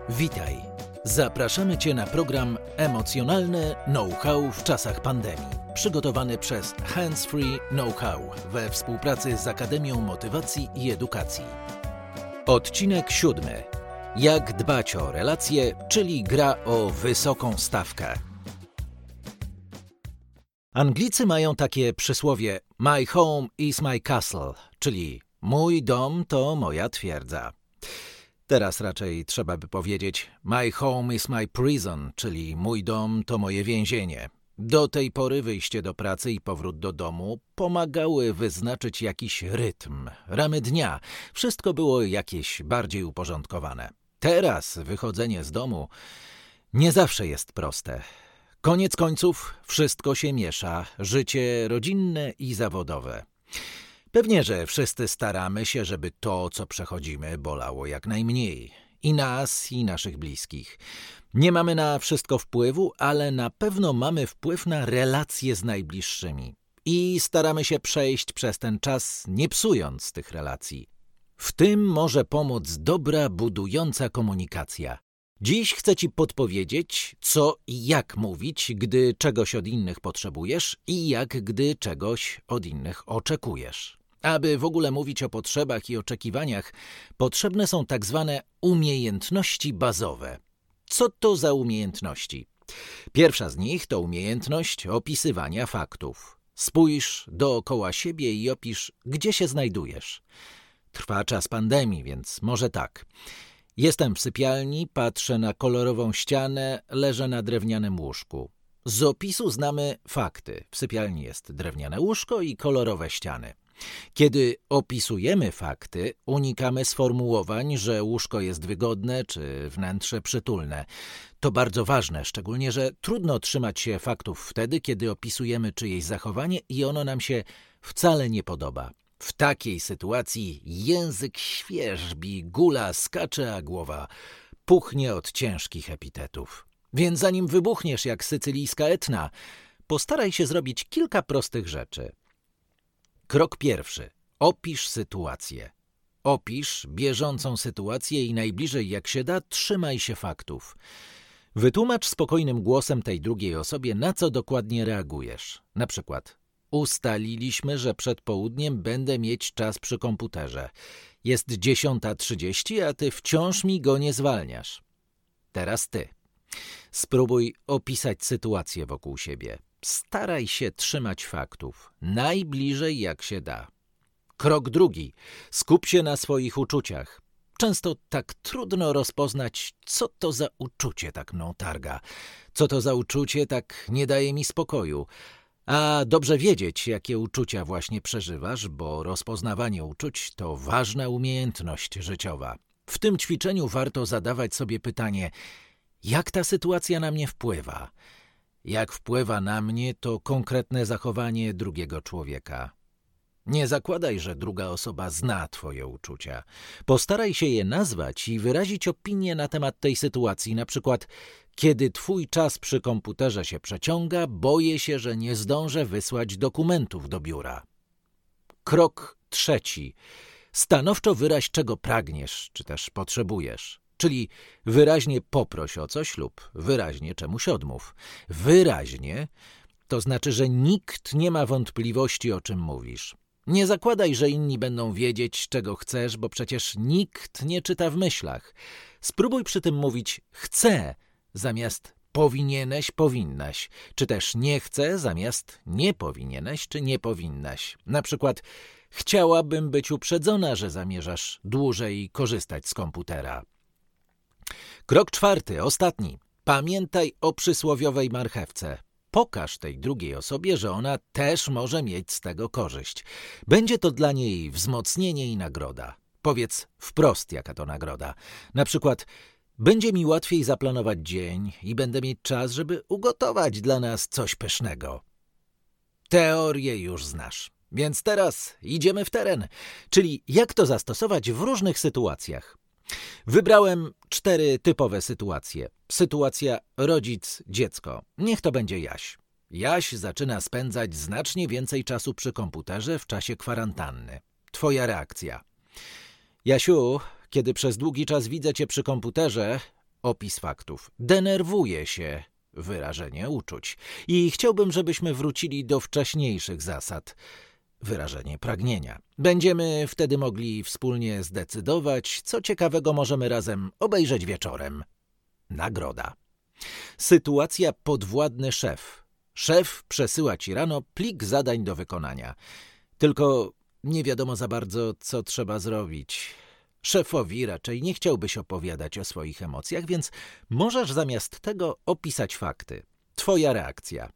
Witaj. Zapraszamy Cię na program Emocjonalne Know-how w czasach pandemii, przygotowany przez Hands Free Know-how we współpracy z Akademią Motywacji i Edukacji. Odcinek 7. Jak dbać o relacje, czyli gra o wysoką stawkę. Anglicy mają takie przysłowie "My home is my castle", czyli mój dom to moja twierdza. Teraz raczej trzeba by powiedzieć "My home is my prison", czyli mój dom to moje więzienie. Do tej pory wyjście do pracy i powrót do domu pomagały wyznaczyć jakiś rytm, ramy dnia. Wszystko było jakieś bardziej uporządkowane. Teraz wychodzenie z domu nie zawsze jest proste. Koniec końców wszystko się miesza, życie rodzinne i zawodowe. Pewnie, że wszyscy staramy się, żeby to, co przechodzimy, bolało jak najmniej. I nas, i naszych bliskich. Nie mamy na wszystko wpływu, ale na pewno mamy wpływ na relacje z najbliższymi. I staramy się przejść przez ten czas, nie psując tych relacji. W tym może pomóc dobra, budująca komunikacja. Dziś chcę Ci podpowiedzieć, co i jak mówić, gdy czegoś od innych potrzebujesz i jak, gdy czegoś od innych oczekujesz. Aby w ogóle mówić o potrzebach i oczekiwaniach, potrzebne są tak zwane umiejętności bazowe. Co to za umiejętności? Pierwsza z nich to umiejętność opisywania faktów. Spójrz dookoła siebie i opisz, gdzie się znajdujesz. Trwa czas pandemii, więc może tak. Jestem w sypialni, patrzę na kolorową ścianę, leżę na drewnianym łóżku. Z opisu znamy fakty. W sypialni jest drewniane łóżko i kolorowe ściany. Kiedy opisujemy fakty, unikamy sformułowań, że łóżko jest wygodne czy wnętrze przytulne. To bardzo ważne, szczególnie, że trudno trzymać się faktów wtedy, kiedy opisujemy czyjeś zachowanie i ono nam się wcale nie podoba. W takiej sytuacji język świerzbi, gula skacze, a głowa puchnie od ciężkich epitetów. Więc zanim wybuchniesz jak sycylijska Etna, postaraj się zrobić kilka prostych rzeczy. Krok pierwszy. Opisz sytuację. Opisz bieżącą sytuację i najbliżej jak się da, trzymaj się faktów. Wytłumacz spokojnym głosem tej drugiej osobie, na co dokładnie reagujesz. Na przykład: ustaliliśmy, że przed południem będę mieć czas przy komputerze. Jest 10:30, a ty wciąż mi go nie zwalniasz. Teraz ty. Spróbuj opisać sytuację wokół siebie. Staraj się trzymać faktów, najbliżej jak się da. Krok drugi. Skup się na swoich uczuciach. Często tak trudno rozpoznać, co to za uczucie tak mną targa. Co to za uczucie tak nie daje mi spokoju. A dobrze wiedzieć, jakie uczucia właśnie przeżywasz, bo rozpoznawanie uczuć to ważna umiejętność życiowa. W tym ćwiczeniu warto zadawać sobie pytanie: jak ta sytuacja na mnie wpływa? Jak wpływa na mnie to konkretne zachowanie drugiego człowieka? Nie zakładaj, że druga osoba zna twoje uczucia. Postaraj się je nazwać i wyrazić opinię na temat tej sytuacji. Na przykład: kiedy twój czas przy komputerze się przeciąga, boję się, że nie zdążę wysłać dokumentów do biura. Krok trzeci. Stanowczo wyraź, czego pragniesz, czy też potrzebujesz. Czyli wyraźnie poproś o coś lub wyraźnie czemuś odmów. Wyraźnie to znaczy, że nikt nie ma wątpliwości, o czym mówisz. Nie zakładaj, że inni będą wiedzieć, czego chcesz, bo przecież nikt nie czyta w myślach. Spróbuj przy tym mówić chcę zamiast powinieneś, powinnaś, czy też nie chcę zamiast nie powinieneś, czy nie powinnaś. Na przykład: chciałabym być uprzedzona, że zamierzasz dłużej korzystać z komputera. Krok czwarty, ostatni. Pamiętaj o przysłowiowej marchewce. Pokaż tej drugiej osobie, że ona też może mieć z tego korzyść. Będzie to dla niej wzmocnienie i nagroda. Powiedz wprost, jaka to nagroda. Na przykład: będzie mi łatwiej zaplanować dzień i będę mieć czas, żeby ugotować dla nas coś pysznego. Teorię już znasz. Więc teraz idziemy w teren, czyli jak to zastosować w różnych sytuacjach. Wybrałem 4 typowe sytuacje. Sytuacja rodzic-dziecko. Niech to będzie Jaś. Jaś zaczyna spędzać znacznie więcej czasu przy komputerze w czasie kwarantanny. Twoja reakcja: Jasiu, kiedy przez długi czas widzę cię przy komputerze, Opis faktów. Denerwuję się. Wyrażenie uczuć. I chciałbym, żebyśmy wrócili do wcześniejszych zasad. Wyrażenie pragnienia. Będziemy wtedy mogli wspólnie zdecydować, co ciekawego możemy razem obejrzeć wieczorem. Nagroda. Sytuacja podwładny szef. Szef przesyła ci rano plik zadań do wykonania. Tylko nie wiadomo za bardzo, co trzeba zrobić. Szefowi raczej nie chciałbyś opowiadać o swoich emocjach, więc możesz zamiast tego opisać fakty. Twoja reakcja.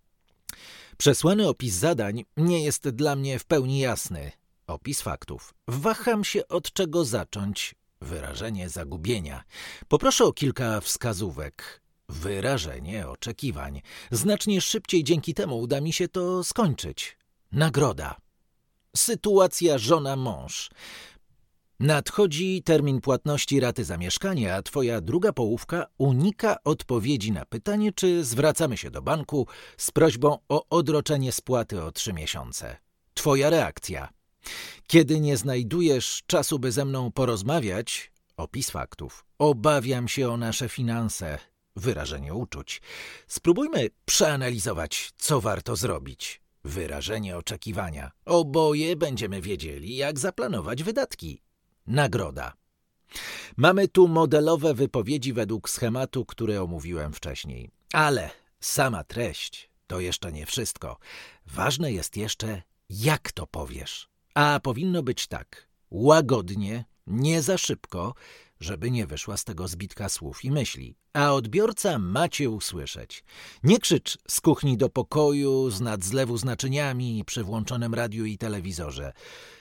Przesłany opis zadań nie jest dla mnie w pełni jasny. Opis faktów. Waham się, od czego zacząć. Wyrażenie zagubienia. Poproszę o kilka wskazówek. Wyrażenie oczekiwań. Znacznie szybciej dzięki temu uda mi się to skończyć. Nagroda. Sytuacja żona-mąż. Nadchodzi termin płatności raty za mieszkanie, a twoja druga połówka unika odpowiedzi na pytanie, czy zwracamy się do banku z prośbą o odroczenie spłaty o 3 miesiące. Twoja reakcja. Kiedy nie znajdujesz czasu, by ze mną porozmawiać, opis faktów. Obawiam się o nasze finanse. Wyrażenie uczuć. Spróbujmy przeanalizować, co warto zrobić. Wyrażenie oczekiwania. Oboje będziemy wiedzieli, jak zaplanować wydatki. Nagroda. Mamy tu modelowe wypowiedzi według schematu, który omówiłem wcześniej. Ale sama treść to jeszcze nie wszystko. Ważne jest jeszcze, jak to powiesz. A powinno być tak. Łagodnie, nie za szybko, żeby nie wyszła z tego zbitka słów i myśli. A odbiorca ma cię usłyszeć. Nie krzycz z kuchni do pokoju, z nadzlewu z naczyniami, przy włączonym radiu i telewizorze.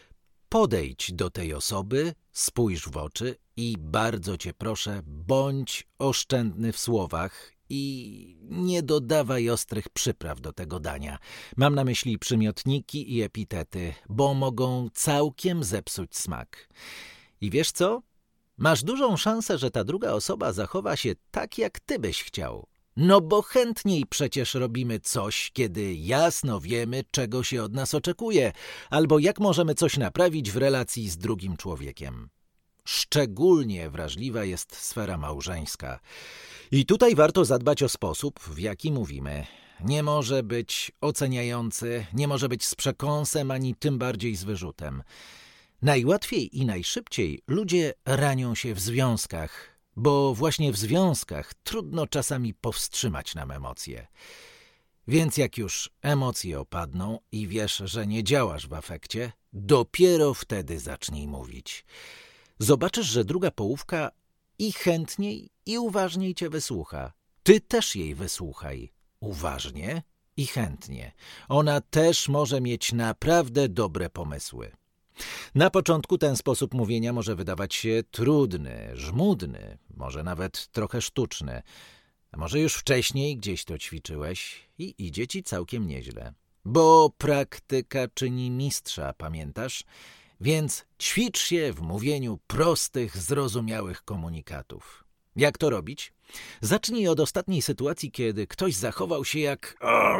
Podejdź do tej osoby, spójrz w oczy i bardzo cię proszę, bądź oszczędny w słowach i nie dodawaj ostrych przypraw do tego dania. Mam na myśli przymiotniki i epitety, bo mogą całkiem zepsuć smak. I wiesz co? Masz dużą szansę, że ta druga osoba zachowa się tak, jak ty byś chciał. No bo chętniej przecież robimy coś, kiedy jasno wiemy, czego się od nas oczekuje, albo jak możemy coś naprawić w relacji z drugim człowiekiem. Szczególnie wrażliwa jest sfera małżeńska. I tutaj warto zadbać o sposób, w jaki mówimy. Nie może być oceniający, nie może być z przekąsem, ani tym bardziej z wyrzutem. Najłatwiej i najszybciej ludzie ranią się w związkach, bo właśnie w związkach trudno czasami powstrzymać nam emocje. Więc jak już emocje opadną i wiesz, że nie działasz w afekcie, dopiero wtedy zacznij mówić. Zobaczysz, że druga połówka i chętniej, i uważniej cię wysłucha. Ty też jej wysłuchaj. Uważnie i chętnie. Ona też może mieć naprawdę dobre pomysły. Na początku ten sposób mówienia może wydawać się trudny, żmudny, może nawet trochę sztuczny. A może już wcześniej gdzieś to ćwiczyłeś i idzie ci całkiem nieźle. Bo praktyka czyni mistrza, pamiętasz? Więc ćwicz się w mówieniu prostych, zrozumiałych komunikatów. Jak to robić? Zacznij od ostatniej sytuacji, kiedy ktoś zachował się jak...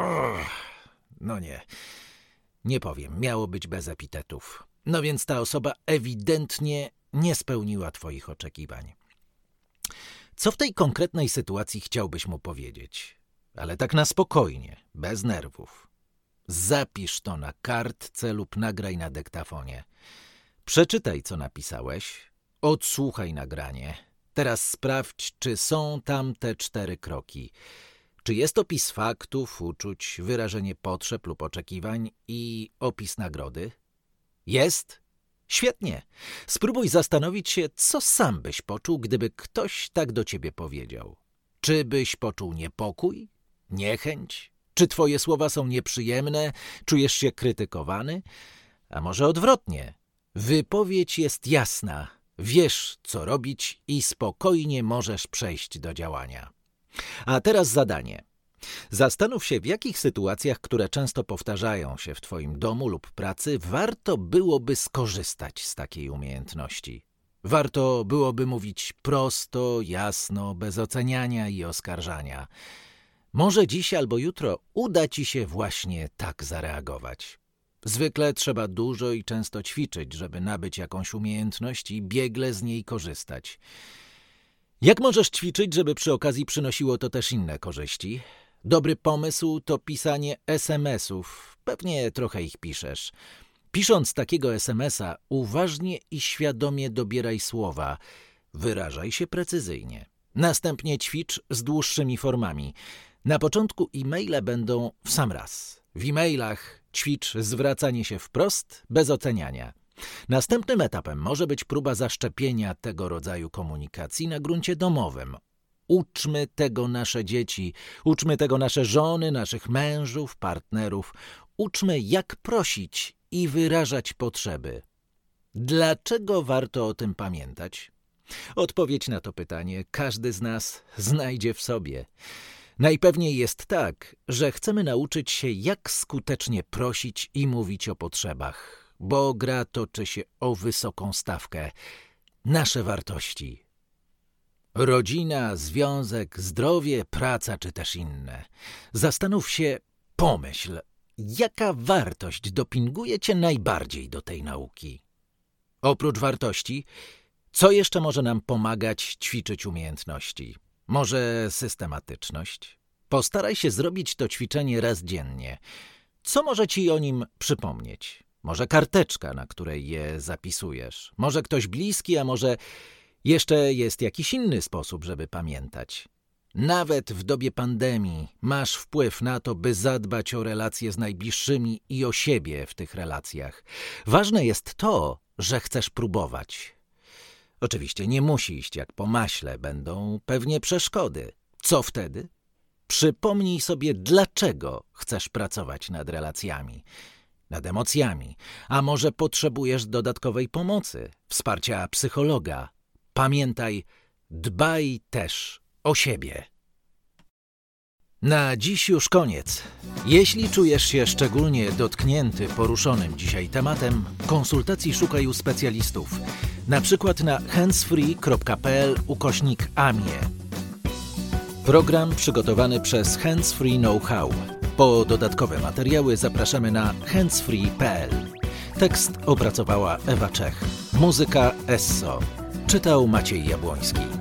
No nie powiem, miało być bez epitetów. No więc ta osoba ewidentnie nie spełniła twoich oczekiwań. Co w tej konkretnej sytuacji chciałbyś mu powiedzieć? Ale tak na spokojnie, bez nerwów. Zapisz to na kartce lub nagraj na dyktafonie. Przeczytaj, co napisałeś, odsłuchaj nagranie. Teraz sprawdź, czy są tam te 4 kroki. Czy jest opis faktów, uczuć, wyrażenie potrzeb lub oczekiwań i opis nagrody? Jest? Świetnie. Spróbuj zastanowić się, co sam byś poczuł, gdyby ktoś tak do ciebie powiedział. Czy byś poczuł niepokój? Niechęć? Czy twoje słowa są nieprzyjemne? Czujesz się krytykowany? A może odwrotnie? Wypowiedź jest jasna. Wiesz, co robić i spokojnie możesz przejść do działania. A teraz zadanie. Zastanów się, w jakich sytuacjach, które często powtarzają się w twoim domu lub pracy, warto byłoby skorzystać z takiej umiejętności. Warto byłoby mówić prosto, jasno, bez oceniania i oskarżania. Może dziś albo jutro uda ci się właśnie tak zareagować. Zwykle trzeba dużo i często ćwiczyć, żeby nabyć jakąś umiejętność i biegle z niej korzystać. Jak możesz ćwiczyć, żeby przy okazji przynosiło to też inne korzyści? Dobry pomysł to pisanie SMS-ów. Pewnie trochę ich piszesz. Pisząc takiego SMS-a, uważnie i świadomie dobieraj słowa. Wyrażaj się precyzyjnie. Następnie ćwicz z dłuższymi formami. Na początku e-maile będą w sam raz. W e-mailach ćwicz zwracanie się wprost, bez oceniania. Następnym etapem może być próba zaszczepienia tego rodzaju komunikacji na gruncie domowym. Uczmy tego nasze dzieci, uczmy tego nasze żony, naszych mężów, partnerów. Uczmy, jak prosić i wyrażać potrzeby. Dlaczego warto o tym pamiętać? Odpowiedź na to pytanie każdy z nas znajdzie w sobie. Najpewniej jest tak, że chcemy nauczyć się, jak skutecznie prosić i mówić o potrzebach, bo gra toczy się o wysoką stawkę. Nasze wartości. Rodzina, związek, zdrowie, praca czy też inne. Zastanów się, pomyśl, jaka wartość dopinguje cię najbardziej do tej nauki. Oprócz wartości, co jeszcze może nam pomagać ćwiczyć umiejętności? Może systematyczność? Postaraj się zrobić to ćwiczenie raz dziennie. Co może ci o nim przypomnieć? Może karteczka, na której je zapisujesz? Może ktoś bliski, a może jeszcze jest jakiś inny sposób, żeby pamiętać? Nawet w dobie pandemii masz wpływ na to, by zadbać o relacje z najbliższymi i o siebie w tych relacjach. Ważne jest to, że chcesz próbować. Oczywiście nie musi iść jak po maśle, będą pewnie przeszkody. Co wtedy? Przypomnij sobie, dlaczego chcesz pracować nad relacjami, nad emocjami, a może potrzebujesz dodatkowej pomocy, wsparcia psychologa. Pamiętaj, dbaj też o siebie. Na dziś już koniec. Jeśli czujesz się szczególnie dotknięty poruszonym dzisiaj tematem, konsultacji szukaj u specjalistów. Na przykład na handsfree.pl/AMIE. Program przygotowany przez Handsfree Know-how. Po dodatkowe materiały zapraszamy na handsfree.pl. Tekst opracowała Ewa Czech. Muzyka Esso. Czytał Maciej Jabłoński.